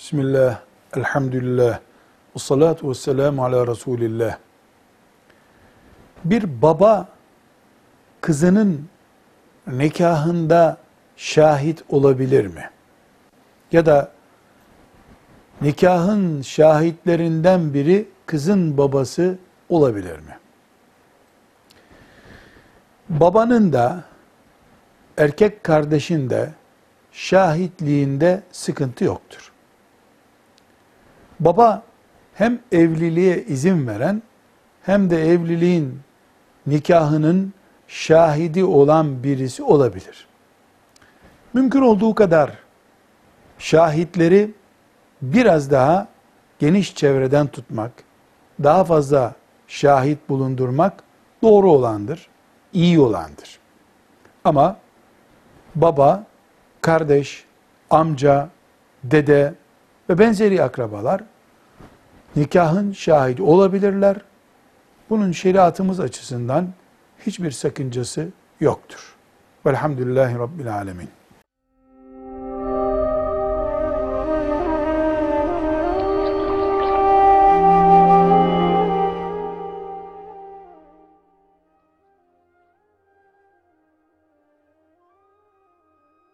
Bismillah, elhamdülillah, ve salatu ve selamu ala Resulillah. Bir baba kızının nikahında şahit olabilir mi? Ya da nikahın şahitlerinden biri kızın babası olabilir mi? Babanın da erkek kardeşin de şahitliğinde sıkıntı yoktur. Baba hem evliliğe izin veren hem de evliliğin nikahının şahidi olan birisi olabilir. Mümkün olduğu kadar şahitleri biraz daha geniş çevreden tutmak, daha fazla şahit bulundurmak doğru olandır, iyi olandır. Ama baba, kardeş, amca, dede ve benzeri akrabalar nikahın şahidi olabilirler. Bunun şeriatımız açısından hiçbir sakıncası yoktur. Velhamdülillahi Rabbil Alemin.